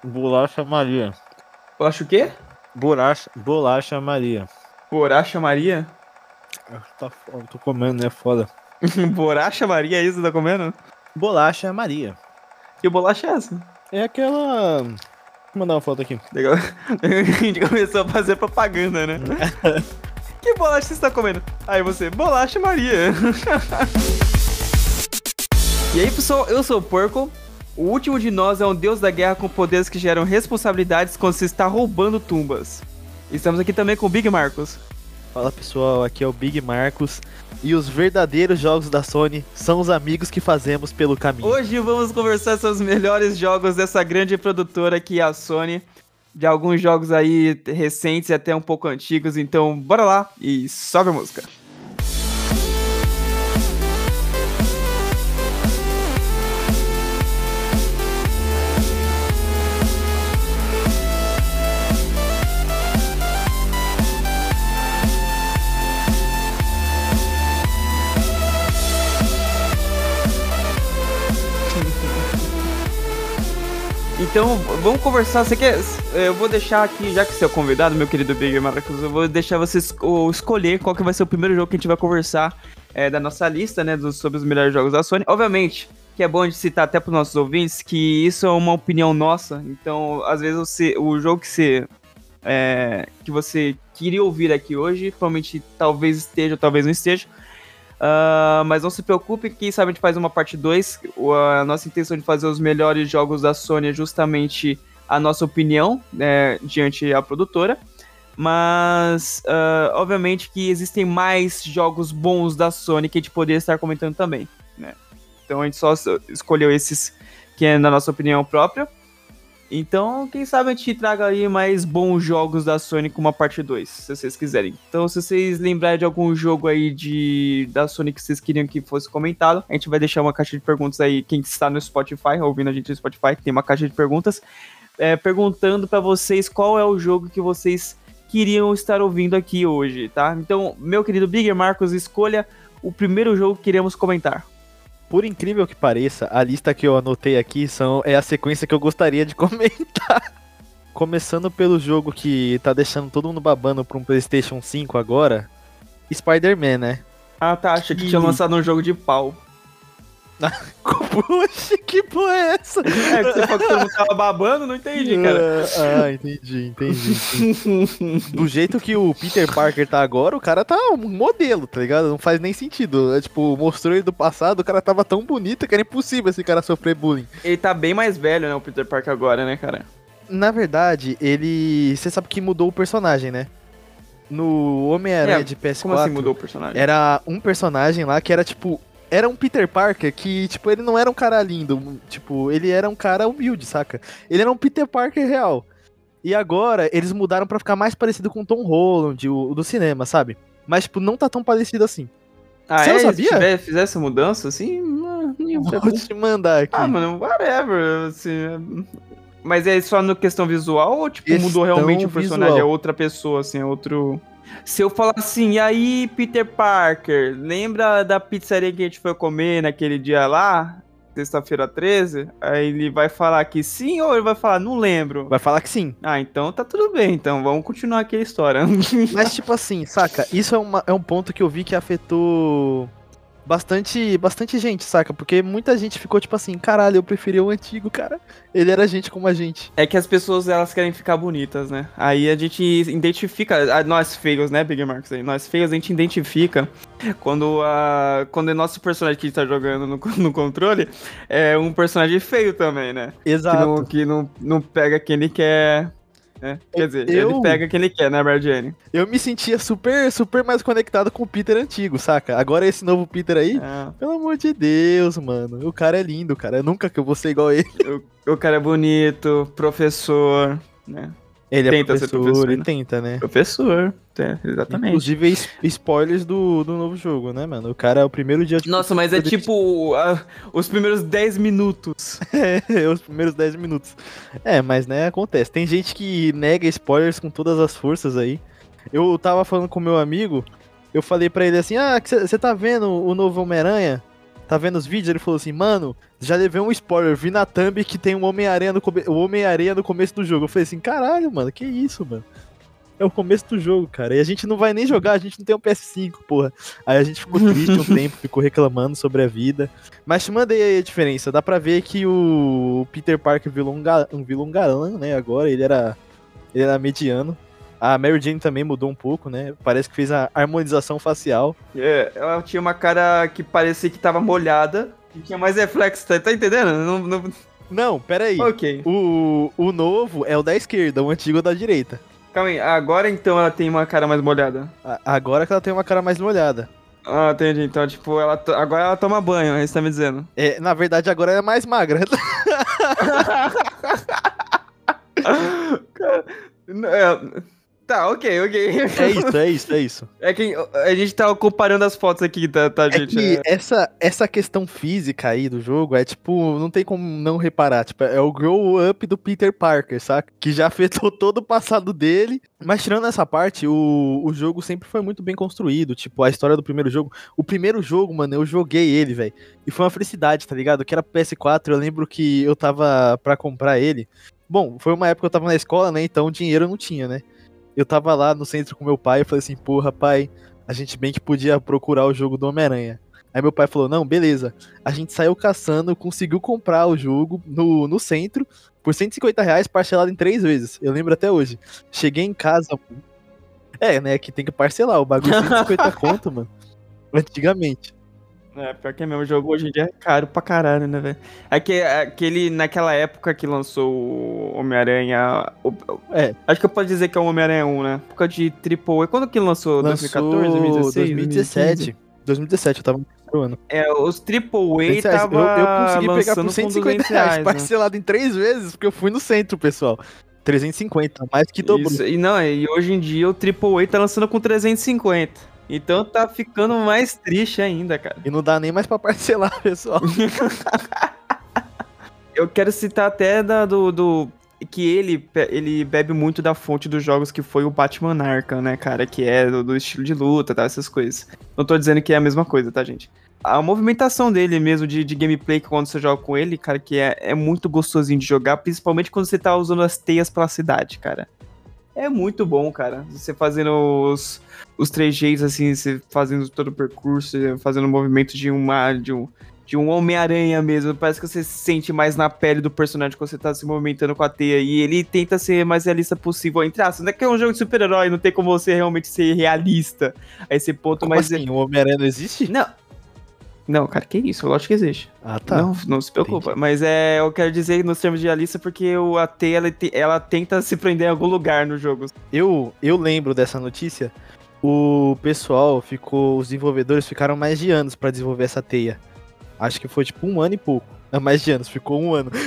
Bolacha Maria. Eu acho o quê? Bolacha Maria. Boracha Maria? Eu tô comendo, né? Foda. Boracha Maria, é isso que tá comendo? Bolacha Maria. Que bolacha é essa? É aquela... Vou mandar uma foto aqui. Legal. A gente começou a fazer propaganda, né? Que bolacha você está comendo? Aí você, bolacha Maria. E aí, pessoal, eu sou o Porco. O último de nós é um deus da guerra com poderes que geram responsabilidades quando se está roubando tumbas. Estamos aqui também com o Big Marcos. Fala pessoal, aqui é o Big Marcos. E os verdadeiros jogos da Sony são os amigos que fazemos pelo caminho. Hoje vamos conversar sobre os melhores jogos dessa grande produtora que é a Sony. De alguns jogos aí recentes e até um pouco antigos. Então, bora lá e sobe a música. Então, vamos conversar. Você quer? Eu vou deixar aqui, já que você é o convidado, meu querido Big Marcos, eu vou deixar você escolher qual que vai ser o primeiro jogo que a gente vai conversar da nossa lista, né, sobre os melhores jogos da Sony. Obviamente, que é bom de citar até para os nossos ouvintes que isso é uma opinião nossa. Então, às vezes, o jogo que você queria ouvir aqui hoje, provavelmente talvez esteja, talvez não esteja. Mas não se preocupe, quem sabe a gente faz uma parte 2. A nossa intenção de fazer os melhores jogos da Sony é justamente a nossa opinião, né, diante da produtora. Mas, obviamente que existem mais jogos bons da Sony que a gente poderia estar comentando também, né? Então a gente só escolheu esses que é na nossa opinião própria. Então, quem sabe a gente traga aí mais bons jogos da Sony com uma parte 2, se vocês quiserem. Então, se vocês lembrarem de algum jogo aí da Sony que vocês queriam que fosse comentado, a gente vai deixar uma caixa de perguntas aí, quem está no Spotify, ouvindo a gente no Spotify, tem uma caixa de perguntas, perguntando pra vocês qual é o jogo que vocês queriam estar ouvindo aqui hoje, tá? Então, meu querido Big Marcos, escolha o primeiro jogo que queremos comentar. Por incrível que pareça, a lista que eu anotei aqui é a sequência que eu gostaria de comentar. Começando pelo jogo que tá deixando todo mundo babando pra um PlayStation 5 agora, Spider-Man, né? Ah, tá, achei que tinha lançado um jogo de pau. Poxa, que porra é essa? Que você falou que todo mundo tava babando, não entendi, cara. Entendi. Do jeito que o Peter Parker tá agora, o cara tá um modelo, tá ligado? Não faz nem sentido. Tipo, mostrou ele do passado, o cara tava tão bonito que era impossível esse cara sofrer bullying. Ele tá bem mais velho, né, o Peter Parker agora, né, cara? Na verdade, você sabe que mudou o personagem, né? No Homem-Aranha de PS4... Como assim mudou o personagem? Era um personagem lá que era, tipo... Era um Peter Parker que, tipo, ele não era um cara lindo, tipo, ele era um cara humilde, saca? Ele era um Peter Parker real. E agora, eles mudaram pra ficar mais parecido com o Tom Holland, o do cinema, sabe? Mas, tipo, não tá tão parecido assim. Você não sabia? Se fizesse essa mudança, assim, não vou te mandar aqui. Ah, mano, whatever, assim... Mas é só na questão visual ou, tipo, mudou realmente o personagem? Visual. É outra pessoa, assim, é outro... Se eu falar assim, e aí, Peter Parker, lembra da pizzaria que a gente foi comer naquele dia lá? Sexta-feira 13? Aí ele vai falar que sim ou ele vai falar, não lembro? Vai falar que sim. Ah, então tá tudo bem, então vamos continuar aqui a história. Mas, tipo assim, saca? Isso é um ponto que eu vi que afetou bastante gente, saca? Porque muita gente ficou tipo assim, caralho, eu preferia o antigo, cara. Ele era gente como a gente. É que as pessoas, elas querem ficar bonitas, né? Aí a gente identifica, nós feios, né, Big Marcos? Nós feios, a gente identifica quando o nosso personagem que a gente tá jogando no controle é um personagem feio também, né? Exato. Que não pega quem ele quer... Quer dizer, ele pega quem ele quer, né, Mary Jane? Eu me sentia super mais conectado com o Peter antigo, saca? Agora esse novo Peter aí, pelo amor de Deus, mano. O cara é lindo, cara. Nunca que eu vou ser igual a ele. O cara é bonito, professor, né? Ele tenta é professor, ele tenta, né? Professor, exatamente. Inclusive, spoilers do novo jogo, né, mano? O cara é o primeiro dia de... Nossa, mas é tipo os primeiros 10 minutos. Os primeiros 10 minutos. Mas, né, acontece. Tem gente que nega spoilers com todas as forças aí. Eu tava falando com meu amigo, eu falei pra ele assim, você tá vendo o novo Homem-Aranha? tá vendo os vídeos, ele falou assim, mano, já levei um spoiler, vi na thumb que tem um Homem-Aranha o Homem-Aranha no começo do jogo. Eu falei assim, caralho, mano, que isso, mano? É o começo do jogo, cara. E a gente não vai nem jogar, a gente não tem um PS5, porra. Aí a gente ficou triste um tempo, ficou reclamando sobre a vida. Mas te mandei aí a diferença. Dá pra ver que o Peter Parker virou um galã, né? Agora ele era mediano. A Mary Jane também mudou um pouco, né? Parece que fez a harmonização facial. Ela tinha uma cara que parecia que tava molhada. E tinha mais reflexo, tá entendendo? Não, pera aí. Ok. O novo é o da esquerda, o antigo é o da direita. Calma aí, agora então ela tem uma cara mais molhada. Agora que ela tem uma cara mais molhada. Ah, entendi. Então, tipo, agora ela toma banho, é isso que tá me dizendo. Na verdade, agora ela é mais magra. Tá, ok. É isso. É que a gente tá comparando as fotos aqui, tá gente? Que essa questão física aí do jogo é tipo, não tem como não reparar, tipo, é o grow up do Peter Parker, saca? Que já afetou todo o passado dele. Mas tirando essa parte, o jogo sempre foi muito bem construído, tipo, a história do primeiro jogo. O primeiro jogo, mano, eu joguei ele, velho, e foi uma felicidade, tá ligado? Que era PS4, eu lembro que eu tava pra comprar ele. Bom, foi uma época que eu tava na escola, né, então dinheiro eu não tinha, né? Eu tava lá no centro com meu pai e falei assim, porra, pai, a gente bem que podia procurar o jogo do Homem-Aranha. Aí meu pai falou, não, beleza. A gente saiu caçando, conseguiu comprar o jogo no centro por R$150, parcelado em 3 vezes. Eu lembro até hoje. Cheguei em casa... né, que tem que parcelar. O bagulho 150 conto, mano. Antigamente. Pior que é mesmo, o jogo hoje em dia é caro pra caralho, né, velho? Aquele, naquela época que lançou o Homem-Aranha... Acho que eu posso dizer que é o Homem-Aranha 1, né? Época de AAA. Quando que lançou? 2014, 2016? 2017. 2017, eu tava no ano. Os AAA tava eu consegui pegar por R$150, parcelado em 3 vezes, porque eu fui no centro, pessoal. 350, mais que dobrou. Isso, e hoje em dia o AAA tá lançando com 350. Então tá ficando mais triste ainda, cara. E não dá nem mais pra parcelar, pessoal. Eu quero citar até que ele bebe muito da fonte dos jogos que foi o Batman Arkham, né, cara? Que é do estilo de luta, tá? Essas coisas. Não tô dizendo que é a mesma coisa, tá, gente? A movimentação dele mesmo, de gameplay, quando você joga com ele, cara, que é muito gostosinho de jogar, principalmente quando você tá usando as teias pela cidade, cara. É muito bom, cara. Você fazendo os trejeitos, assim, você fazendo todo o percurso, fazendo o movimento de um Homem-Aranha mesmo. Parece que você se sente mais na pele do personagem quando você tá se movimentando com a teia. E ele tenta ser mais realista possível, entre aspas. Não é que é um jogo de super-herói, não tem como você realmente ser realista a esse ponto, como mas... assim, o Homem-Aranha não existe? Não, cara, que isso? Lógico que existe. Ah, tá. Não se preocupa. Entendi. Mas eu quero dizer nos termos de realista porque a teia, ela tenta se prender em algum lugar no jogo. Eu lembro dessa notícia. O pessoal os desenvolvedores ficaram mais de anos pra desenvolver essa teia. Acho que foi tipo 1 ano e pouco. Não, mais de anos, ficou 1 ano.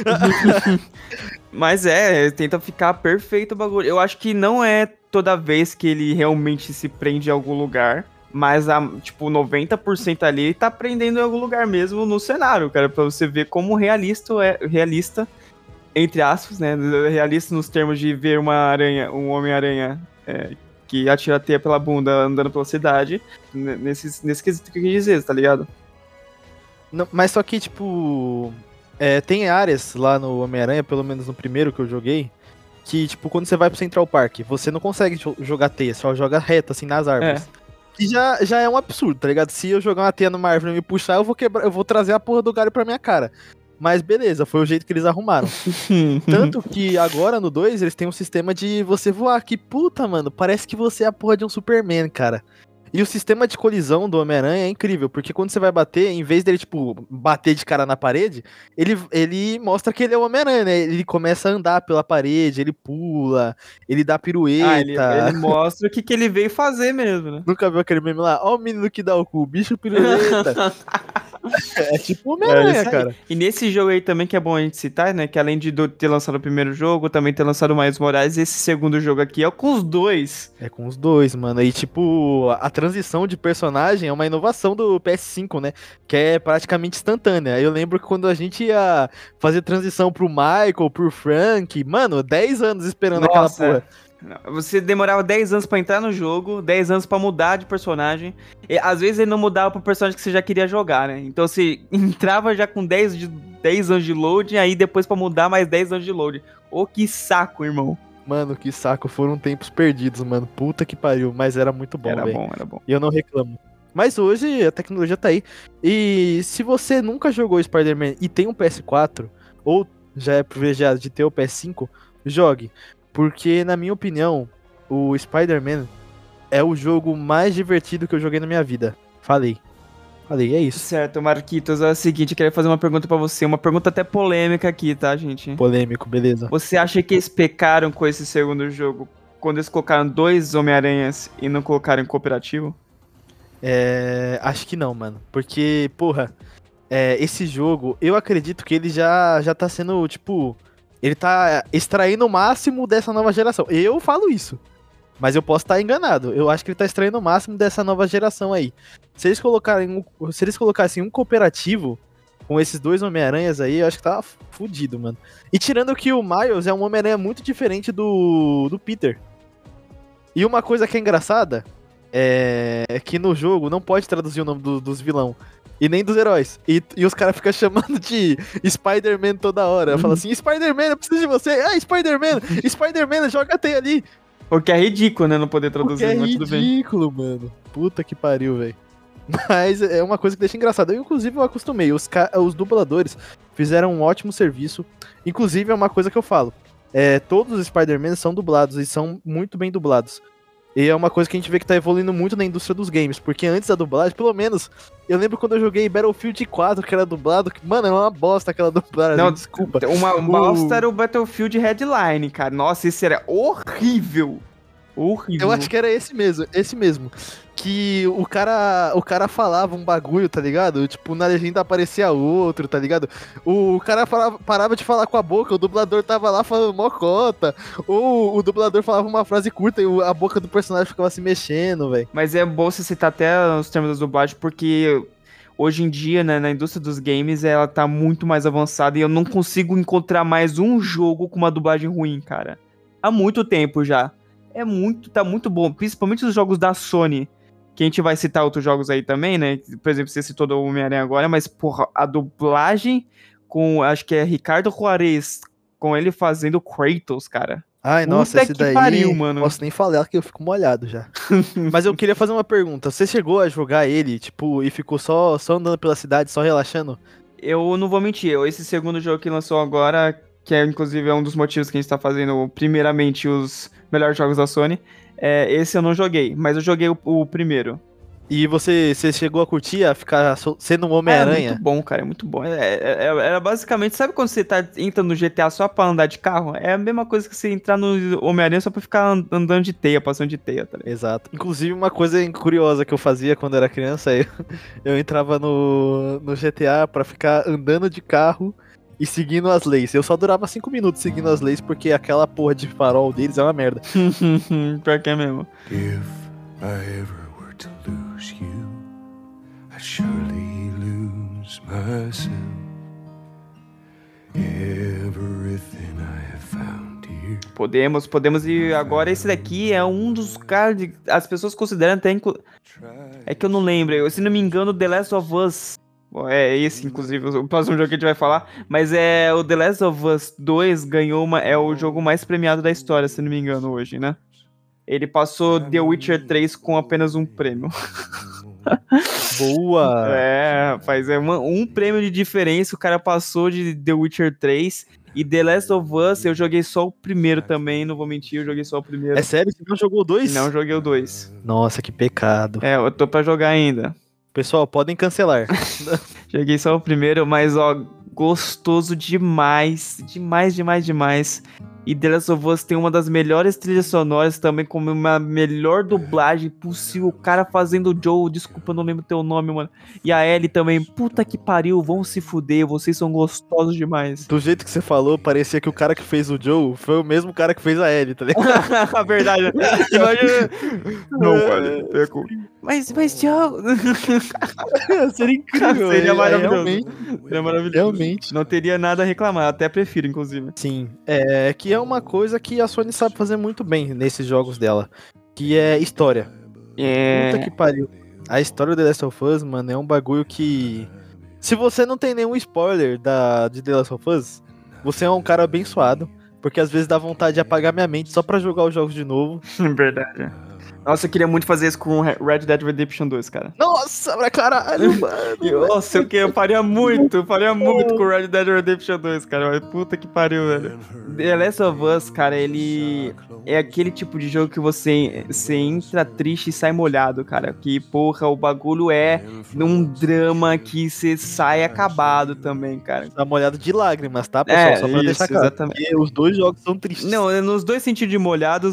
Mas tenta ficar perfeito o bagulho. Eu acho que não é toda vez que ele realmente se prende em algum lugar. Mas, tipo, 90% ali tá prendendo em algum lugar mesmo no cenário, cara. Pra você ver como realista, entre aspas, né? Realista nos termos de ver um Homem-Aranha que atira a teia pela bunda andando pela cidade. Nesse quesito que eu quis dizer, tá ligado? Não, mas só que, tipo... tem áreas lá no Homem-Aranha, pelo menos no primeiro que eu joguei, que, tipo, quando você vai pro Central Park, você não consegue jogar teia, só joga reto, assim, nas árvores. Que já é um absurdo, tá ligado? Se eu jogar uma teia numa árvore e me puxar, eu vou trazer a porra do galho pra minha cara. Mas beleza, foi o jeito que eles arrumaram. Tanto que agora no 2 eles têm um sistema de você voar. Que puta, mano, parece que você é a porra de um Superman, cara. E o sistema de colisão do Homem-Aranha é incrível, porque quando você vai bater, em vez dele, tipo, bater de cara na parede, ele mostra que ele é o Homem-Aranha, né? Ele começa a andar pela parede, ele pula, ele dá pirueta. Ele mostra o que ele veio fazer mesmo, né? Nunca viu aquele meme lá? Ó o menino que dá o cu, bicho pirueta. É tipo Homem-Aranha, cara. E nesse jogo aí também que é bom a gente citar, né? Que além de ter lançado o primeiro jogo, também ter lançado o Miles Morales, esse segundo jogo aqui é com os dois. É com os dois, mano. E tipo, a transição de personagem é uma inovação do PS5, né? Que é praticamente instantânea. Eu lembro que quando a gente ia fazer transição pro Michael, pro Frank, mano, 10 anos esperando aquela porra. Você demorava 10 anos pra entrar no jogo, 10 anos pra mudar de personagem. E, às vezes ele não mudava pro personagem que você já queria jogar, né? Então você entrava já com 10 anos de load, aí depois pra mudar mais 10 anos de load. Ô, que saco, irmão. Mano, que saco, foram tempos perdidos, mano. Puta que pariu, mas era muito bom, velho. Era bom. E eu não reclamo. Mas hoje a tecnologia tá aí. E se você nunca jogou Spider-Man e tem um PS4, ou já é privilegiado de ter o PS5, jogue. Porque, na minha opinião, o Spider-Man é o jogo mais divertido que eu joguei na minha vida. Falei, é isso. Certo, Marquitos, é o seguinte, eu queria fazer uma pergunta pra você, uma pergunta até polêmica aqui, tá, gente? Polêmico, beleza. Você acha que eles pecaram com esse segundo jogo quando eles colocaram 2 Homem-Aranhas e não colocaram em cooperativo? Acho que não, mano. Porque, porra, esse jogo, eu acredito que ele já tá sendo, tipo... Ele tá extraindo o máximo dessa nova geração. Eu falo isso. Mas eu posso estar enganado. Eu acho que ele tá extraindo o máximo dessa nova geração aí. Se eles colocassem um cooperativo com esses 2 Homem-Aranhas aí, eu acho que tava fudido, mano. E tirando que o Miles é um Homem-Aranha muito diferente do Peter. E uma coisa que é engraçada é que no jogo não pode traduzir o nome dos vilão. E nem dos heróis. E os caras ficam chamando de Spider-Man toda hora. Fala assim, Spider-Man, eu preciso de você. Ah, Spider-Man, joga a teia ali. O que é ridículo, né, não poder traduzir, mas tudo bem. É ridículo, mano. Puta que pariu, velho. Mas é uma coisa que deixa engraçado. Inclusive, eu acostumei. Os dubladores fizeram um ótimo serviço. Inclusive, é uma coisa que eu falo. Todos os Spider-Man são dublados e são muito bem dublados. E é uma coisa que a gente vê que tá evoluindo muito na indústria dos games, porque antes da dublagem, pelo menos, eu lembro quando eu joguei Battlefield 4, que era dublado, que, mano, é uma bosta aquela dublagem, não, desculpa. Uma bosta era o Battlefield Headline, cara. Nossa, esse era horrível. Horrível. Eu acho que era esse mesmo. Que o cara falava um bagulho, tá ligado? Tipo, na legenda aparecia outro, tá ligado? O cara parava de falar com a boca, o dublador tava lá falando mocota. Ou o dublador falava uma frase curta e a boca do personagem ficava se mexendo, velho. Mas é bom você citar até os termos da dublagem, porque hoje em dia, né, na indústria dos games, ela tá muito mais avançada e eu não consigo encontrar mais um jogo com uma dublagem ruim, cara. Há muito tempo já. Tá muito bom, principalmente os jogos da Sony. Que a gente vai citar outros jogos aí também, né? Por exemplo, você citou do Homem-Aranha agora, mas, porra, a dublagem com, acho que é Ricardo Juarez, com ele fazendo Kratos, cara. Ai, nossa, esse daí pariu, mano. Posso nem falar que eu fico molhado já. Mas eu queria fazer uma pergunta. Você chegou a jogar ele, tipo, e ficou só andando pela cidade, só relaxando? Eu não vou mentir, esse segundo jogo que lançou agora, que é inclusive um dos motivos que a gente tá fazendo, primeiramente, os melhores jogos da Sony, esse eu não joguei, mas eu joguei o primeiro. E você chegou a curtir, a ficar sendo um Homem-Aranha? É muito bom, cara, é muito bom. Era basicamente, sabe quando você entra no GTA só pra andar de carro? É a mesma coisa que você entrar no Homem-Aranha só pra ficar andando de teia, passando de teia, tá ligado? Exato. Inclusive, uma coisa curiosa que eu fazia quando era criança, eu entrava no GTA pra ficar andando de carro e seguindo as leis. Eu só durava 5 minutos seguindo as leis, porque aquela porra de farol deles é uma merda. Pior que é mesmo. If I ever were to lose you, I'd surely lose myself. Everything I have found here. Podemos ir agora. Esse daqui é um dos caras. As pessoas consideram até. É que eu não lembro. Se não me engano, The Last of Us. É esse, inclusive, o próximo jogo que a gente vai falar. Mas o The Last of Us 2 ganhou é o jogo mais premiado da história, se não me engano, hoje, né? Ele passou The Witcher 3 com apenas um prêmio. Boa! Rapaz, um prêmio de diferença, o cara passou de The Witcher 3. E The Last of Us, eu joguei só o primeiro também, não vou mentir, eu joguei só o primeiro. É sério? Você não jogou o 2? Não, joguei o 2. Nossa, que pecado. Eu tô pra jogar ainda. Pessoal, podem cancelar. Joguei só o primeiro, mas gostoso demais. Demais. E The Last of Us tem uma das melhores trilhas sonoras também, com uma melhor dublagem possível. O cara fazendo o Joe, desculpa, eu não lembro teu nome, mano. E a Ellie também, puta que pariu, vão se fuder, vocês são gostosos demais. Do jeito que você falou, parecia que o cara que fez o Joe foi o mesmo cara que fez a Ellie, tá ligado? A verdade. Imagina. Não, vale. Mas Joe... Seria incrível. Seria maravilhoso. Realmente. Seria maravilhoso. Realmente. Não teria nada a reclamar, até prefiro, inclusive. Sim, que é uma coisa que a Sony sabe fazer muito bem nesses jogos dela, que é história. Puta que pariu. A história do The Last of Us, mano, é um bagulho que... Se você não tem nenhum spoiler de The Last of Us, você é um cara abençoado, porque às vezes dá vontade de apagar minha mente só pra jogar os jogos de novo. Verdade. Nossa, eu queria muito fazer isso com Red Dead Redemption 2, cara. Nossa, pra caralho, mano. Nossa, eu faria muito com Red Dead Redemption 2, cara. Mas puta que pariu, velho. The Last of Us, cara, ele é aquele tipo de jogo que você entra triste e sai molhado, cara. Que, porra, o bagulho é num drama que você sai acabado também, cara. Tá molhado de lágrimas, tá, pessoal? Só pra isso, deixar claro. Exatamente. Porque os dois jogos são tristes. Não, nos dois sentidos de molhados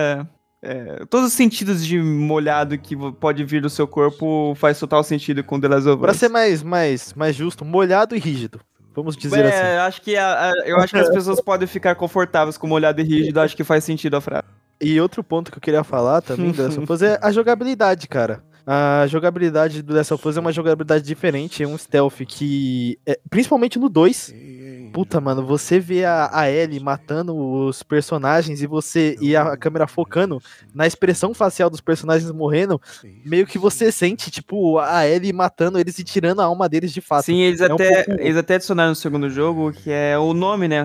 todos os sentidos de molhado que pode vir do seu corpo faz total sentido com The Last of Us. Pra ser mais justo, molhado e rígido. Vamos dizer assim. Acho que eu acho que as pessoas podem ficar confortáveis com molhado e rígido, acho que faz sentido a frase. E outro ponto que eu queria falar também do Last of Us é a jogabilidade, cara. A jogabilidade do Last of Us é uma jogabilidade diferente, é um stealth que... principalmente no 2. Puta, mano, você vê a Ellie matando os personagens e a câmera focando na expressão facial dos personagens morrendo, meio que você sente, tipo, a Ellie matando eles e tirando a alma deles de fato. Sim, eles até adicionaram no segundo jogo, que é o nome, né?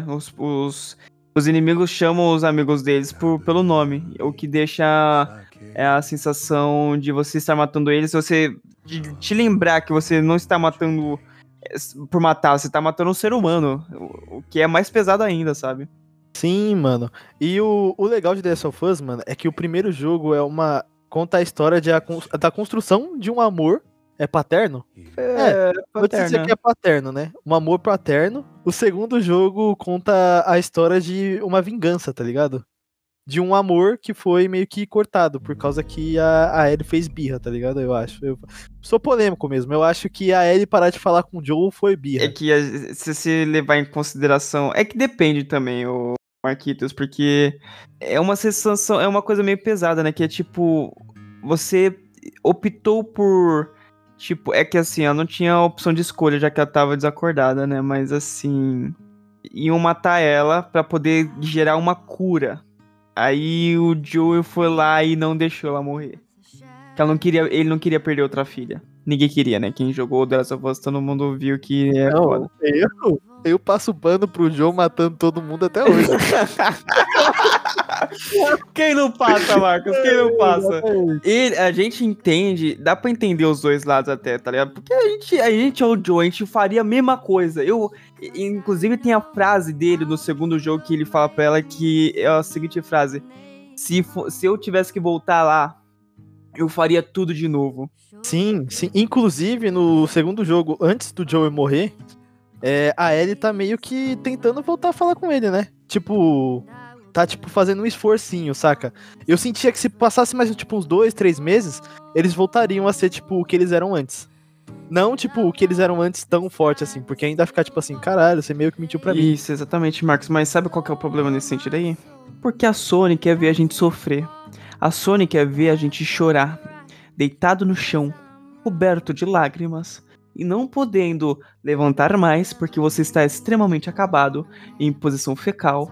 Os inimigos chamam os amigos deles pelo nome, o que deixa a sensação de você estar matando eles, de te lembrar que você não está matando por matar, você tá matando um ser humano, o que é mais pesado ainda, sabe? Sim, mano. E o legal de The Last of Us, mano, é que o primeiro jogo conta a história da construção de um amor. É paterno? Vou dizer que é paterno, né? Um amor paterno. O segundo jogo conta a história de uma vingança, tá ligado? De um amor que foi meio que cortado, por causa que a Ellie fez birra, tá ligado? Eu acho. Eu sou polêmico mesmo. Eu acho que a Ellie parar de falar com o Joel foi birra. É que se você levar em consideração... É que depende também, o Marquitos, porque é uma sensação... É uma coisa meio pesada, né? Que é tipo... Você optou por... Tipo, é que assim, ela não tinha opção de escolha, já que ela tava desacordada, né? Mas assim... Iam matar ela pra poder gerar uma cura. Aí o Joel foi lá e não deixou ela morrer. Que ele não queria perder outra filha. Ninguém queria, né? Quem jogou The Last of Us, todo mundo viu que é foda. Eu passo pano pro Joe matando todo mundo até hoje. Quem não passa, Marcos? Quem não passa? E a gente entende, dá pra entender os dois lados até, tá ligado? Porque a gente é o Joe, a gente faria a mesma coisa. Inclusive tem a frase dele no segundo jogo que ele fala pra ela que é a seguinte frase: se eu tivesse que voltar lá, eu faria tudo de novo. Sim. Inclusive, no segundo jogo, antes do Joel morrer, a Ellie tá meio que tentando voltar a falar com ele, né? Tipo, tá fazendo um esforcinho, saca? Eu sentia que se passasse mais uns 2, 3 meses, eles voltariam a ser, tipo, o que eles eram antes. Não, tipo, o que eles eram antes tão forte assim, porque ainda ficar, tipo assim, caralho, você meio que mentiu pra mim. Isso, exatamente, Marcos. Mas sabe qual que é o problema nesse sentido aí? Porque a Sony quer ver a gente sofrer. A Sony quer ver a gente chorar, deitado no chão, coberto de lágrimas, e não podendo levantar mais porque você está extremamente acabado, em posição fecal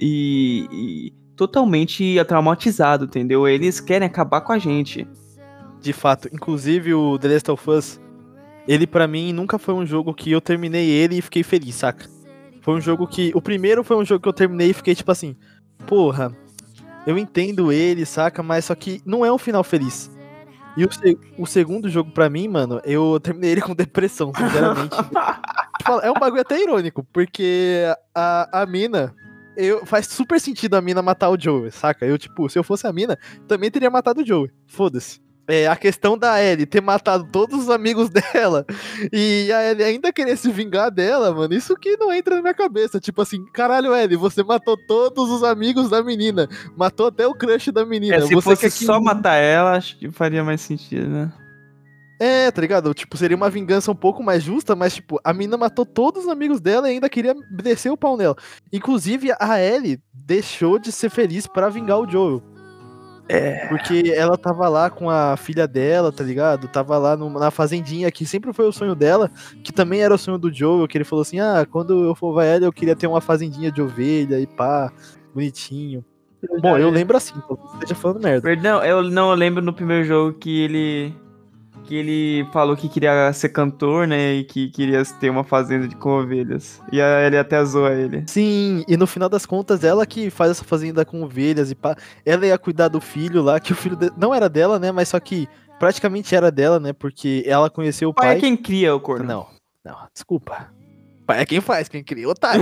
e totalmente traumatizado, entendeu? Eles querem acabar com a gente. De fato, inclusive o The Last of Us, ele pra mim nunca foi um jogo que eu terminei ele e fiquei feliz, saca? Foi um jogo que... O primeiro foi um jogo que eu terminei e fiquei tipo assim, porra, eu entendo ele, saca? Mas só que não é um final feliz. E o segundo jogo pra mim, mano, eu terminei ele com depressão, sinceramente. É um bagulho até irônico, porque a mina... faz super sentido a mina matar o Joel, saca? Se eu fosse a mina, também teria matado o Joel. Foda-se. A questão da Ellie ter matado todos os amigos dela e a Ellie ainda querer se vingar dela, mano, isso que não entra na minha cabeça. Tipo assim, caralho, Ellie, você matou todos os amigos da menina, matou até o crush da menina. Se fosse só matar ela, acho que faria mais sentido, né? Tá ligado? Seria uma vingança um pouco mais justa, mas, a mina matou todos os amigos dela e ainda queria descer o pau nela. Inclusive, a Ellie deixou de ser feliz pra vingar o Joel. Porque ela tava lá com a filha dela, tá ligado? Tava lá na fazendinha, que sempre foi o sonho dela, que também era o sonho do Joel, que ele falou assim, quando eu for velho eu queria ter uma fazendinha de ovelha e pá. bonitinho. Bom, eu lembro assim, então você esteja falando merda. Perdão, eu não lembro no primeiro jogo que ele falou que queria ser cantor, né, e que queria ter uma fazenda com ovelhas. E ele até zoa ele. Sim, e no final das contas, ela que faz essa fazenda com ovelhas e pá. Ela ia cuidar do filho lá, que o filho não era dela, né, mas só que praticamente era dela, né, porque ela conheceu o Pai pai. é quem cria o corno. Não, desculpa. Pai é quem faz, quem cria, otário.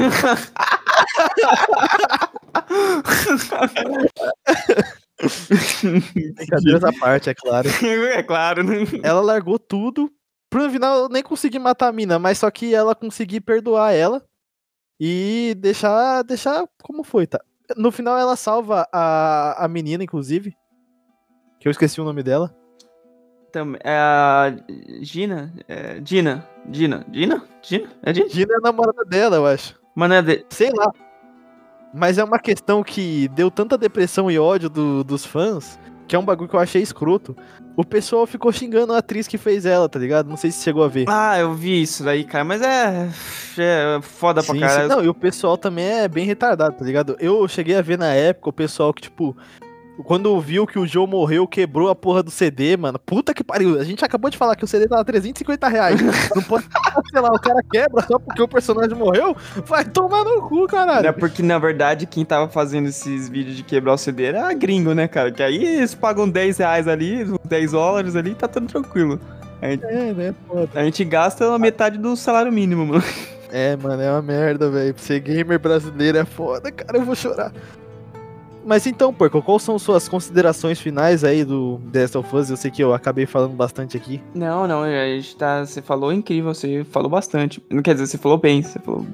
Brincadeiras à parte, é claro. É claro, né? Ela largou tudo. Pro final, eu nem consegui matar a mina, mas só que ela consegui perdoar ela e deixar como foi, tá? No final, ela salva a menina, inclusive. Que eu esqueci o nome dela. Também, é a Gina? Gina? É Gina? Gina é a namorada dela, eu acho. Mas não é de... Sei lá. Mas é uma questão que deu tanta depressão e ódio dos fãs, que é um bagulho que eu achei escroto. O pessoal ficou xingando a atriz que fez ela, tá ligado? Não sei se chegou a ver. Ah, eu vi isso daí, cara, mas é foda pra Sim, caralho. sim. Não, e o pessoal também é bem retardado, tá ligado? Eu cheguei a ver na época o pessoal que, tipo, quando viu que o Joe morreu, quebrou a porra do CD, mano. Puta que pariu. A gente acabou de falar que o CD tava R$350. Não pode, sei lá, o cara quebra só porque o personagem morreu. Vai tomar no cu, caralho. É porque, na verdade, quem tava fazendo esses vídeos de quebrar o CD era gringo, né, cara? Que aí eles pagam R$10 ali, $10 ali, tá tudo tranquilo. Né, foda. A gente gasta a metade do salário mínimo, mano. É, mano, é uma merda, velho. Ser gamer brasileiro é foda, cara. Eu vou chorar. Mas então, Porco, quais são suas considerações finais aí do The Last of Us? Eu sei que eu acabei falando bastante aqui. Não, a gente tá... Você falou incrível, você falou bastante. Não quer dizer, você falou bem, você falou...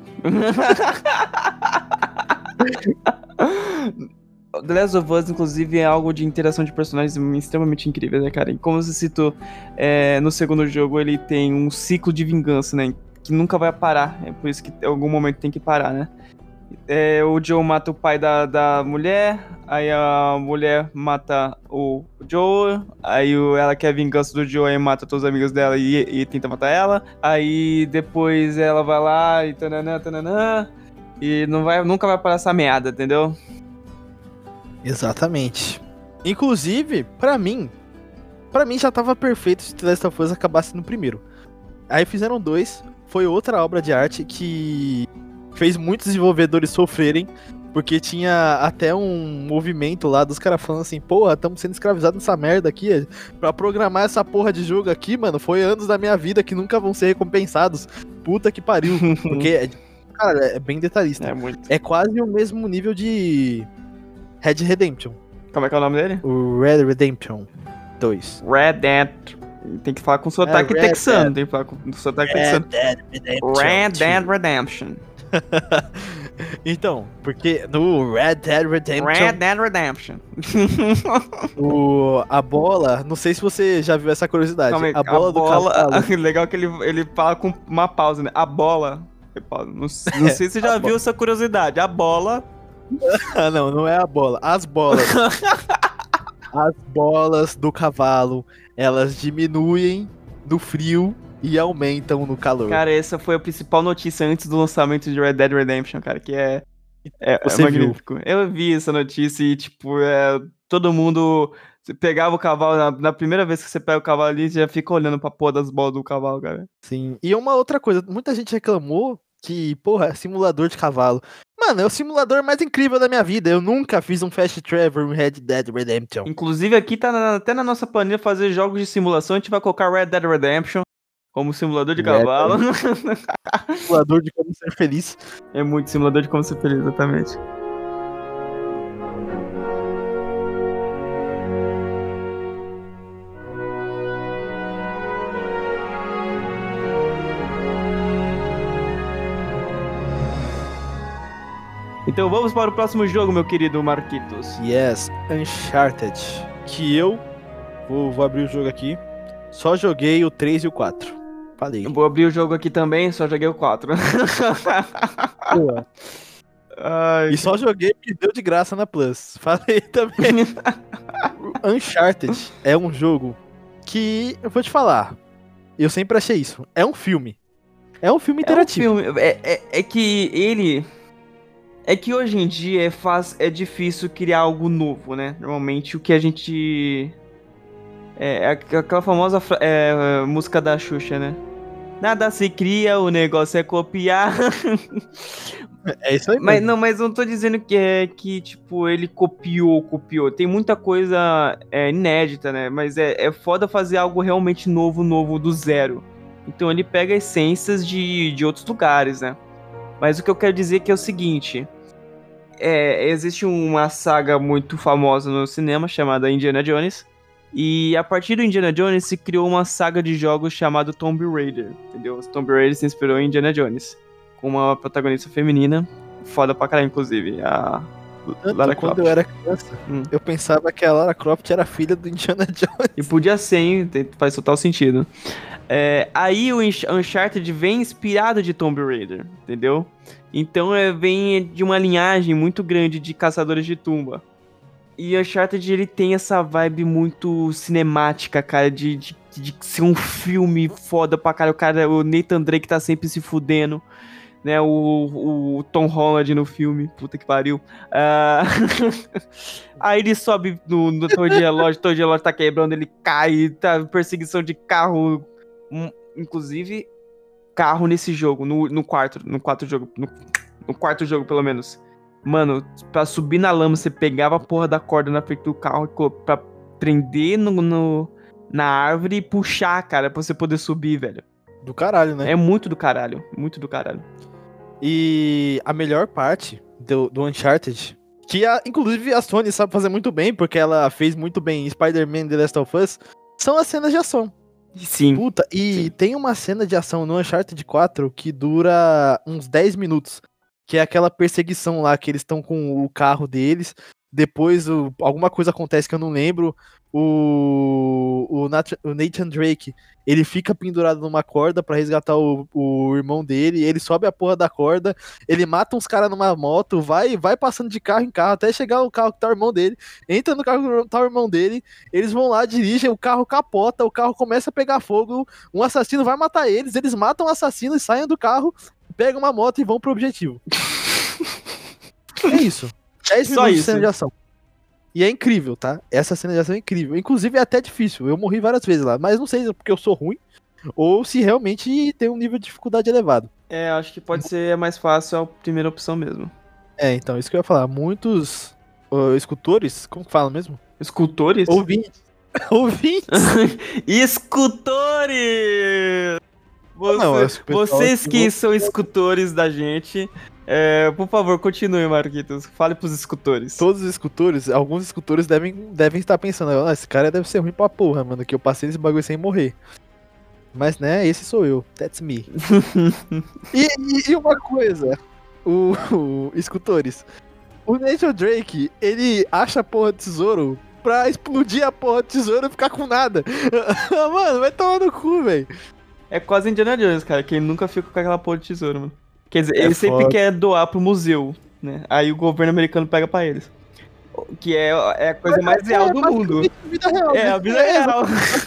The Last of Us, inclusive, é algo de interação de personagens extremamente incrível, né, cara? E como você citou, no segundo jogo ele tem um ciclo de vingança, né? Que nunca vai parar. É por isso que em algum momento tem que parar, né? O Joe mata o pai da mulher, aí a mulher mata o Joe, aí ela quer vingança do Joe, aí mata todos os amigos dela e tenta matar ela, aí depois ela vai lá e tananã, e nunca vai parar essa merda, entendeu? Exatamente. Inclusive, pra mim já tava perfeito se The Last of Us acabasse no primeiro. Aí fizeram 2, foi outra obra de arte que fez muitos desenvolvedores sofrerem, porque tinha até um movimento lá dos caras falando assim, porra, estamos sendo escravizados nessa merda aqui, pra programar essa porra de jogo aqui, mano, foi anos da minha vida que nunca vão ser recompensados, puta que pariu, porque, cara, é bem detalhista. É muito. É quase o mesmo nível de Red Redemption. Como é que é o nome dele? O Red Redemption 2. Red Dead. Tem que falar com sotaque Red texano, Dead. tem que falar com sotaque texano. Red Dead Redemption. Então, porque no Red Dead Redemption, a bola, não sei se você já viu essa curiosidade, Calma aí, a bola do cavalo. Legal que ele fala com uma pausa, né? A bola. Não sei se você já viu essa curiosidade. A bola. Ah, não é a bola, as bolas. As bolas do cavalo, elas diminuem no frio e aumentam no calor. Cara, essa foi a principal notícia antes do lançamento de Red Dead Redemption, cara, que é Você magnífico. Eu vi essa notícia e, tipo, todo mundo pegava o cavalo, na primeira vez que você pega o cavalo ali, já fica olhando pra porra das bolas do cavalo, cara. Sim, e uma outra coisa, muita gente reclamou que, porra, é simulador de cavalo. Mano, é o simulador mais incrível da minha vida. Eu nunca fiz um Fast Travel em Red Dead Redemption. Inclusive aqui tá até na nossa planilha fazer jogos de simulação, a gente vai colocar Red Dead Redemption como simulador de cavalo. Simulador de como ser feliz. É muito simulador de como ser feliz, exatamente. Então vamos para o próximo jogo, meu querido Marquitos. Yes, Uncharted. Que eu vou abrir o jogo aqui. Só joguei o 3 e o 4. Falei. Eu vou abrir o jogo aqui também, só joguei o 4. E só joguei porque deu de graça na Plus. Falei também. Uncharted é um jogo que, eu vou te falar, eu sempre achei isso. É um filme. É um filme interativo. É que ele É que hoje em dia é difícil criar algo novo, né? Normalmente o que a gente... aquela famosa música da Xuxa, né? Nada se cria, o negócio é copiar. É isso aí Mas mesmo. mas eu não tô dizendo que tipo, ele copiou. Tem muita coisa inédita, né? Mas é foda fazer algo realmente novo do zero. Então ele pega essências de outros lugares, né? Mas o que eu quero dizer que é o seguinte: existe uma saga muito famosa no cinema chamada Indiana Jones. E a partir do Indiana Jones se criou uma saga de jogos chamado Tomb Raider, entendeu? Tomb Raider se inspirou em Indiana Jones, com uma protagonista feminina, foda pra caralho, inclusive, a Lara Tanto quando eu Croft. era criança, eu pensava que a Lara Croft era filha do Indiana Jones. E podia ser, hein? Faz total sentido. Aí o Uncharted vem inspirado de Tomb Raider, entendeu? Então vem de uma linhagem muito grande de caçadores de tumba. E Uncharted, ele tem essa vibe muito cinemática, cara, de ser um filme foda pra caralho. O Nathan Drake tá sempre se fudendo, né? O Tom Holland no filme, puta que pariu. Aí ele sobe no torre de relógio, o torre de relógio tá quebrando, ele cai, tá perseguição de carro. Inclusive, carro nesse jogo, no quarto jogo, pelo menos. Mano, pra subir na lama, você pegava a porra da corda na frente do carro pra prender na árvore e puxar, cara, pra você poder subir, velho. Do caralho, né? É muito do caralho, muito do caralho. E a melhor parte do Uncharted, que inclusive a Sony sabe fazer muito bem, porque ela fez muito bem Spider-Man The Last of Us, são as cenas de ação. Sim. Puta, e tem uma cena de ação no Uncharted 4 que dura uns 10 minutos. Que é aquela perseguição lá, que eles estão com o carro deles. Depois alguma coisa acontece que eu não lembro. O Nathan Drake, ele fica pendurado numa corda pra resgatar o irmão dele. Ele sobe a porra da corda. Ele mata uns caras numa moto. Vai passando de carro em carro até chegar o carro que tá o irmão dele. Entra no carro que tá o irmão dele. Eles vão lá, dirigem. O carro capota. O carro começa a pegar fogo. Um assassino vai matar eles. Eles matam o assassino e saem do carro. Pegam uma moto e vão pro objetivo. É isso. 10 Só minutos de isso. cena de ação. E é incrível, tá? Essa cena de ação é incrível. Inclusive é até difícil. Eu morri várias vezes lá. Mas não sei se é porque eu sou ruim ou se realmente tem um nível de dificuldade elevado. Acho que pode ser mais fácil a primeira opção mesmo. Então, isso que eu ia falar. Muitos escultores, como que fala mesmo? Escultores? Ouvintes. Escultores! Vocês que são escultores da gente, por favor, continue, Marquitos. Fale pros escultores. Todos os escultores, alguns escultores devem estar pensando, esse cara deve ser ruim pra porra, mano, que eu passei esse bagulho sem morrer. Mas, né, esse sou eu. That's me. e uma coisa, escultores. O Nathan Drake, ele acha a porra do tesouro pra explodir a porra do tesouro e ficar com nada. Mano, vai tomar no cu, velho. É quase Indiana Jones, cara, que ele nunca fica com aquela porra de tesouro, mano. Quer dizer, ele sempre foda. quer doar pro museu, né? Aí o governo americano pega pra eles. Que é a coisa mais real do mundo. Vida real, A vida real.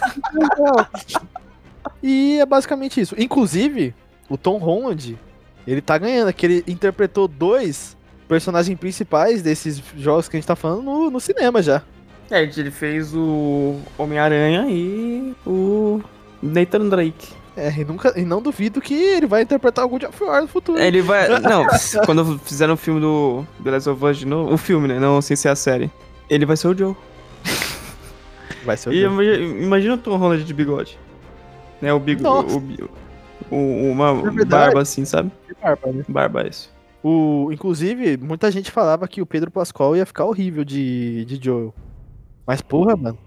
E é basicamente isso. Inclusive, o Tom Holland, ele tá ganhando, que ele interpretou 2 personagens principais desses jogos que a gente tá falando no cinema já. Ele fez o Homem-Aranha e o Nathan Drake. E não duvido que ele vai interpretar o God of War no futuro. Ele vai... Não, quando fizeram o filme do The Last of Us de novo... O filme, né? Não sem ser a série. Ele vai ser o Joe. Vai ser o E Joe. imagina o Tom Holland de bigode. Né? O bigode... Nossa. Uma verdade. barba assim, sabe? Barba, né? Barba, isso. Inclusive, muita gente falava que o Pedro Pascal ia ficar horrível de Joel. Mas porra, mano.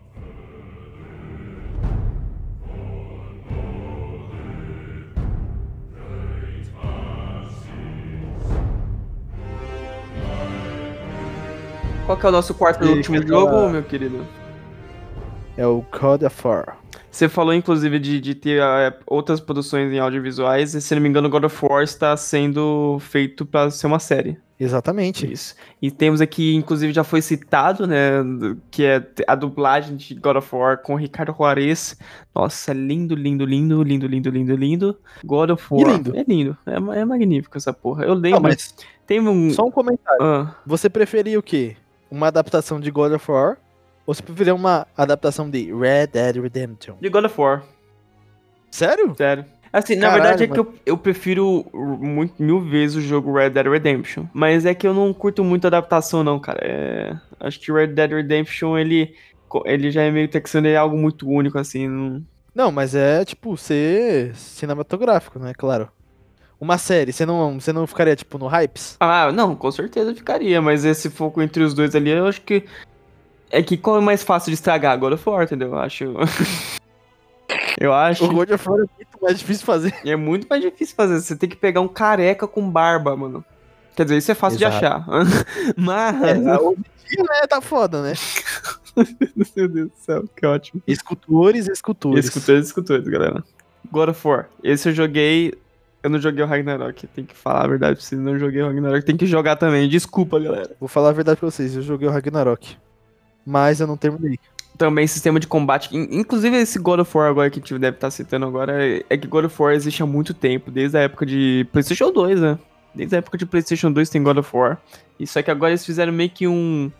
Qual que é o nosso quarto e último jogo, meu querido? É o God of War. Você falou, inclusive, de ter outras produções em audiovisuais, e se não me engano, God of War está sendo feito para ser uma série. Exatamente. Isso. E temos aqui, inclusive, já foi citado, né, que é a dublagem de God of War com o Ricardo Juarez. Nossa, lindo, lindo, lindo, lindo, lindo, lindo, lindo. God of War. lindo. É lindo. É magnífico essa porra. Eu lembro... Não, mas Tem um... Só um comentário. Ah, Você preferia o quê? Uma adaptação de God of War? Ou você preferia uma adaptação de Red Dead Redemption? de God of War, Sério? sério. Assim, na Caralho, verdade é que eu prefiro muito, mil vezes o jogo Red Dead Redemption. Mas é que eu não curto muito a adaptação, não, cara. Acho que Red Dead Redemption, ele já é meio texano, ele é algo muito único, assim. Não, mas é tipo ser cinematográfico, né? Claro. Uma série, você não ficaria tipo no hypes? Ah, não, com certeza ficaria. Mas esse foco entre os dois ali, eu acho que... É que qual é mais fácil de estragar? God of War, entendeu? Eu acho... Eu acho... O God of War é muito mais difícil de fazer. É muito mais difícil fazer. Você tem que pegar um careca com barba, mano. Quer dizer, isso é fácil Exato. de achar. Mas... Hoje em dia, né? Tá foda, né? Meu Deus do céu, que ótimo. Escultores. Escutores, galera. God of War. Esse eu joguei... Eu não joguei o Ragnarok. Tem que falar a verdade pra vocês. Não joguei o Ragnarok. Tem que jogar também. Desculpa, galera. Vou falar a verdade pra vocês, eu joguei o Ragnarok. Mas eu não terminei. Também sistema de combate. Inclusive esse God of War agora que a gente deve estar citando agora. É que God of War existe há muito tempo. Desde a época de PlayStation 2, né? Desde a época de PlayStation 2 tem God of War. Isso é que agora eles fizeram meio que um...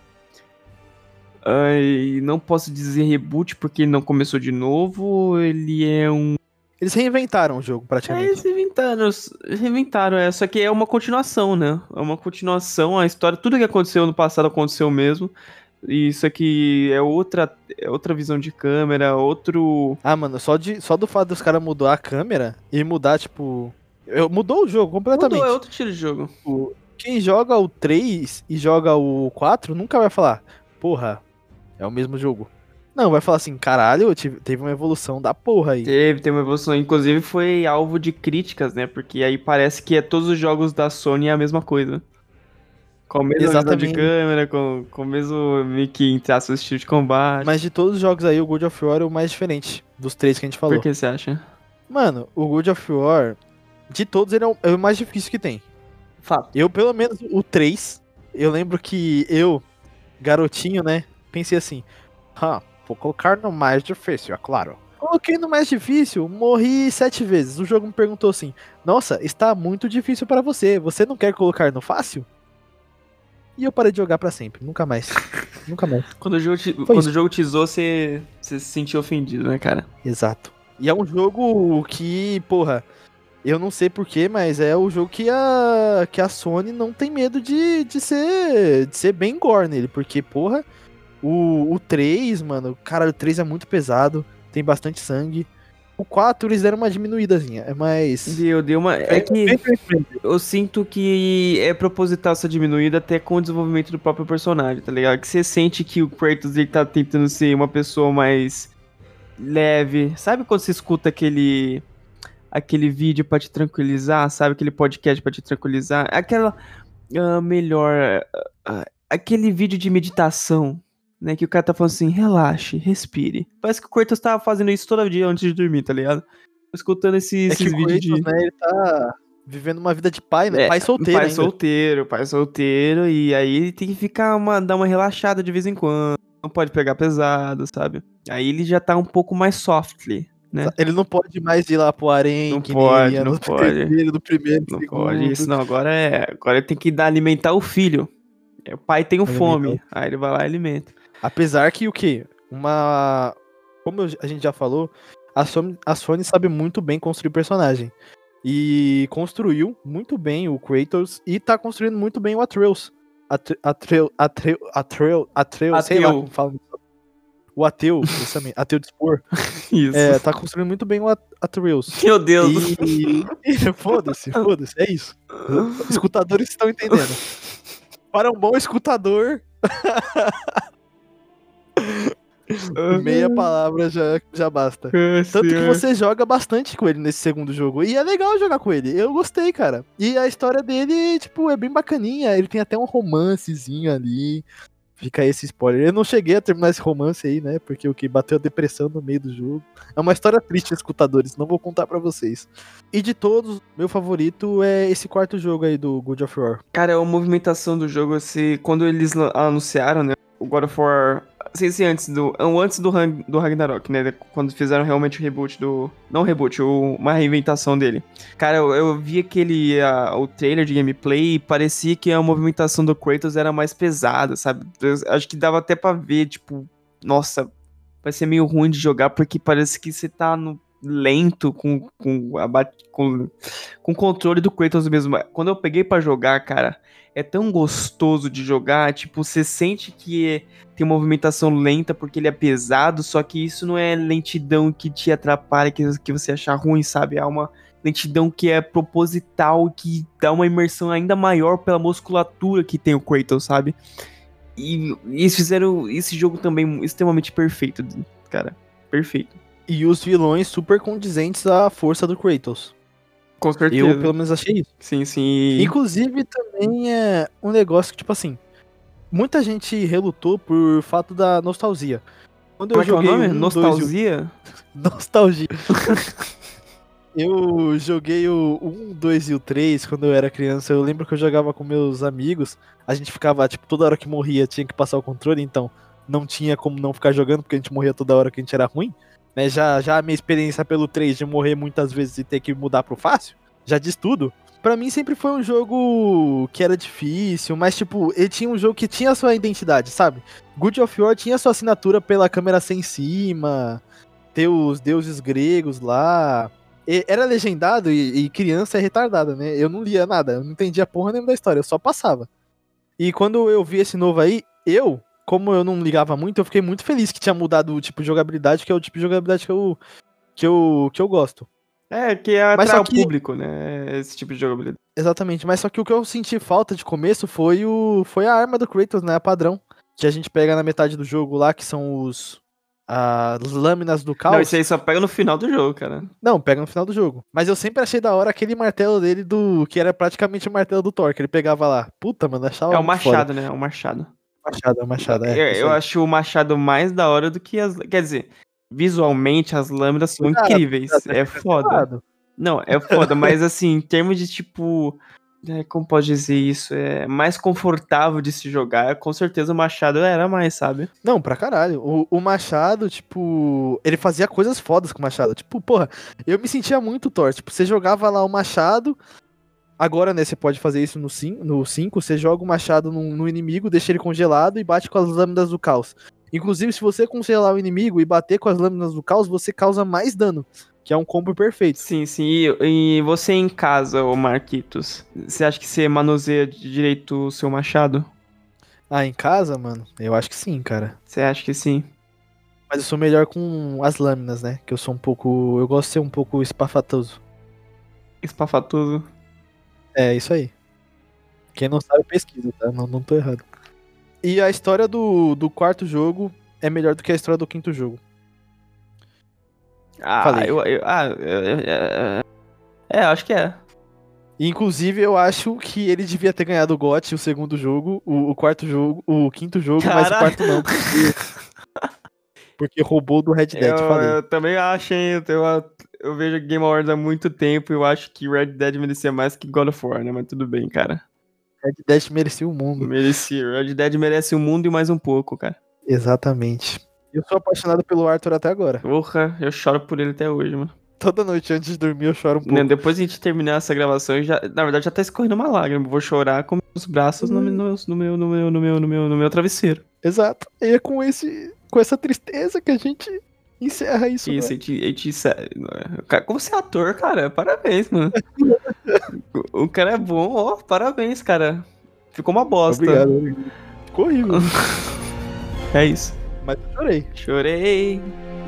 não posso dizer reboot porque ele não começou de novo. Ele é um... Eles reinventaram o jogo, praticamente. Eles reinventaram, só que é uma continuação, né? É uma continuação, a história, tudo que aconteceu no passado aconteceu mesmo. E isso aqui é outra visão de câmera, outro... Ah, mano, só do fato dos caras mudar a câmera e mudar, tipo... Mudou o jogo completamente. Mudou, é outro estilo de jogo. Quem joga o 3 e joga o 4 nunca vai falar, porra, é o mesmo jogo. Não, vai falar assim, caralho, teve uma evolução da porra aí. Teve uma evolução, inclusive foi alvo de críticas, né? Porque aí parece que todos os jogos da Sony é a mesma coisa. Com a mesma visão de Exatamente. câmera, com o mesmo meio que entre aspas, estilo de combate. Mas de todos os jogos aí, o God of War é o mais diferente dos três que a gente falou. Por que você acha? Mano, o God of War, de todos, ele é o mais difícil que tem. Fato. Eu, pelo menos, o 3, eu lembro que eu, garotinho, né, pensei assim, vou colocar no mais difícil, é claro. Coloquei no mais difícil, morri 7 vezes. O jogo me perguntou assim, nossa, está muito difícil pra você, você não quer colocar no fácil? E eu parei de jogar pra sempre, nunca mais. Nunca mais. Quando o jogo te zoou, você se sentiu ofendido, né, cara? Exato. E é um jogo que, porra, eu não sei porquê, mas é o jogo que a Sony não tem medo de ser bem gore nele. Porque, porra, o 3, mano, cara, o 3 é muito pesado, tem bastante sangue. O 4 eles deram uma diminuídazinha, é mais... Deu uma... É que eu sinto que é proposital essa diminuída até com o desenvolvimento do próprio personagem, tá ligado? Que você sente que o Kratos, ele tá tentando ser uma pessoa mais leve. Sabe quando você escuta aquele vídeo pra te tranquilizar, sabe? Aquele podcast pra te tranquilizar. Aquele vídeo de meditação, né? Que o cara tá falando assim, relaxe, respire. Parece que o Kratos tava fazendo isso todo dia antes de dormir, tá ligado? Escutando esses que o vídeos Kratos, né, ele tá vivendo uma vida de pai, né? Pai solteiro ainda. Pai solteiro, e aí ele tem que dar uma relaxada de vez em quando. Não pode pegar pesado, sabe? Aí ele já tá um pouco mais softly, né? Ele não pode mais ir lá pro harém, Não que pode, nem ele ia não no pode. terceiro, do primeiro, do Não segundo. pode isso, não. Agora ele tem que alimentar o filho. O pai tem fome, aí ele vai lá e alimenta. Apesar que o quê? Como a gente já falou, a Sony sabe muito bem construir personagem. E construiu muito bem o Kratos e tá construindo muito bem o Atreus. Atreus, sei lá como fala. O Ateu, justamente, Ateu de Spor. Isso. Tá construindo muito bem o Atreus. Meu Deus. Foda-se, é isso. Escutadores estão entendendo. Para um bom escutador, meia palavra já basta. Tanto que você joga bastante com ele nesse segundo jogo. E é legal jogar com ele. Eu gostei, cara. E a história dele, tipo, é bem bacaninha. Ele tem até um romancezinho ali. Fica aí esse spoiler. Eu não cheguei a terminar esse romance aí, né? Porque o que bateu a depressão no meio do jogo. É uma história triste, escutadores. Não vou contar pra vocês. E de todos, meu favorito é esse quarto jogo aí do God of War. Cara, a movimentação do jogo, quando eles anunciaram, né? O God of War Sem ser antes do Ragnarok, né? Quando fizeram realmente o reboot do... Não reboot, uma reinventação dele. Cara, eu vi o trailer de gameplay e parecia que a movimentação do Kratos era mais pesada, sabe? Acho que dava até pra ver, tipo... Nossa, vai ser meio ruim de jogar porque parece que você tá lento com o controle do Kratos mesmo. Quando eu peguei pra jogar, cara, é tão gostoso de jogar, tipo, você sente que tem movimentação lenta porque ele é pesado, só que isso não é lentidão que te atrapalha, que você achar ruim, sabe? É uma lentidão que é proposital, que dá uma imersão ainda maior pela musculatura que tem o Kratos, sabe? E eles fizeram esse jogo também extremamente perfeito, cara. Perfeito. E os vilões super condizentes à força do Kratos. Com certeza. Eu, pelo menos, achei isso. Sim, sim. Inclusive, também é um negócio que, tipo assim, muita gente relutou por fato da nostalgia. Quando Como eu é que é o joguei nome? o 1, 2 e o... Nostalgia? Nostalgia. Eu joguei o 1, 2 e o 3 quando eu era criança. Eu lembro que eu jogava com meus amigos. A gente ficava, tipo, toda hora que morria tinha que passar o controle, então não tinha como não ficar jogando, porque a gente morria toda hora que a gente era ruim. Né? Já a minha experiência pelo 3 de morrer muitas vezes e ter que mudar pro fácil, já diz tudo. Pra mim sempre foi um jogo que era difícil, mas tipo, ele tinha um jogo que tinha a sua identidade, sabe? God of War tinha a sua assinatura pela câmera sem cima, ter os deuses gregos lá. Era legendado e criança é retardada, né? Eu não lia nada, eu não entendia porra nenhuma da história, eu só passava. E quando eu vi esse novo aí, como eu não ligava muito, eu fiquei muito feliz que tinha mudado o tipo de jogabilidade, que é o tipo de jogabilidade que eu gosto. É, que é Mas atrai só o que- público, né? Esse tipo de jogabilidade. Exatamente, mas só que o que eu senti falta de começo foi a arma do Kratos, né? A padrão. Que a gente pega na metade do jogo lá, que são as lâminas do caos. Não, isso aí só pega no final do jogo, cara. Não, pega no final do jogo. Mas eu sempre achei da hora aquele martelo dele que era praticamente o martelo do Thor, que ele pegava lá. Puta, mano, achava É o muito machado, né? É o machado. foda. Machado, Eu acho o machado mais da hora do que as... Quer dizer, visualmente as lâminas são incríveis. É foda. Não, é foda, mas assim, em termos de tipo... como pode dizer isso? É mais confortável de se jogar. Com certeza o machado era mais, sabe? Não, pra caralho. O Machado, tipo, ele fazia coisas fodas com o Machado. Tipo, porra, eu me sentia muito Thor. Tipo, você jogava lá o Machado. Agora, né, você pode fazer isso no 5. Você joga o Machado no inimigo, deixa ele congelado e bate com as lâminas do caos. Inclusive, se você congelar o inimigo e bater com as lâminas do caos, você causa mais dano. Que é um combo perfeito. Sim, sim. E você em casa, ô Marquitos, você acha que você manuseia direito o seu machado? Ah, em casa, mano? Eu acho que sim, cara. Você acha que sim? Mas eu sou melhor com as lâminas, né? Que eu sou um pouco... Eu gosto de ser um pouco espafatoso. Espafatoso. É, isso aí. Quem não sabe, pesquisa, tá? Não tô errado. E a história do quarto jogo é melhor do que a história do quinto jogo. Ah, Falei. Acho que é. E, inclusive, eu acho que ele devia ter ganhado o GOT, o segundo jogo, o quarto jogo, o quinto jogo, mas o Cara. quarto não. Porque roubou do Red Dead, falei. Eu também acho, hein? Eu vejo Game Awards há muito tempo e eu acho que Red Dead merecia mais que God of War, né? Mas tudo bem, cara. Red Dead merecia o mundo. Merecia. Red Dead merece o mundo e mais um pouco, cara. Exatamente. Eu sou apaixonado pelo Arthur até agora. Porra, eu choro por ele até hoje, mano. Toda noite antes de dormir eu choro um pouco. Né, depois de a gente terminar essa gravação, na verdade já tá escorrendo uma lágrima. Eu vou chorar com os braços no meu travesseiro. Exato. E é com essa tristeza que a gente encerra isso. Isso, né? a gente cara, como você é ator, cara, parabéns, mano. O cara é bom, ó, parabéns, cara. Ficou uma bosta. Obrigado. Ficou horrível. É isso. Mas eu chorei. Chorei.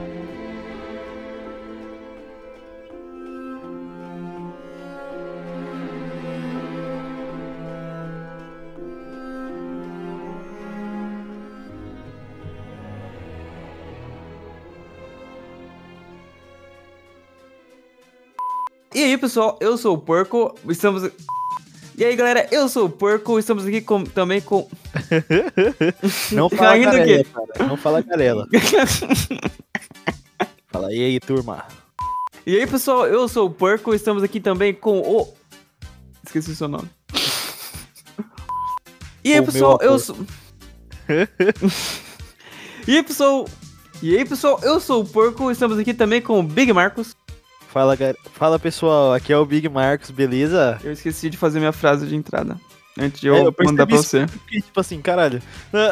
E aí, pessoal, eu sou o Porco, estamos... E aí, galera, eu sou o Porco, estamos aqui também com... Não fala Ainda Garela, que- cara. Não fala Garela. Fala, e aí, turma? E aí, pessoal, eu sou o Porco, estamos aqui também com o... Esqueci o seu nome. E aí, O pessoal, meu eu ator. sou... E aí, pessoal? Eu sou o Porco, estamos aqui também com o Big Marcos. Fala pessoal, aqui é o Big Marcos, beleza? Eu esqueci de fazer minha frase de entrada, antes de eu mandar pra você. Tipo assim, caralho.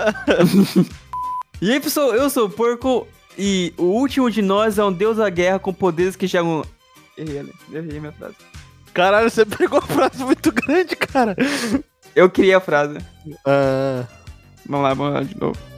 E aí, pessoal, eu sou o Porco e o último de nós é um deus da guerra com poderes que chegam... Errei minha frase. Caralho, você pegou uma frase muito grande, cara. Eu criei a frase. Ah... Vamos lá de novo.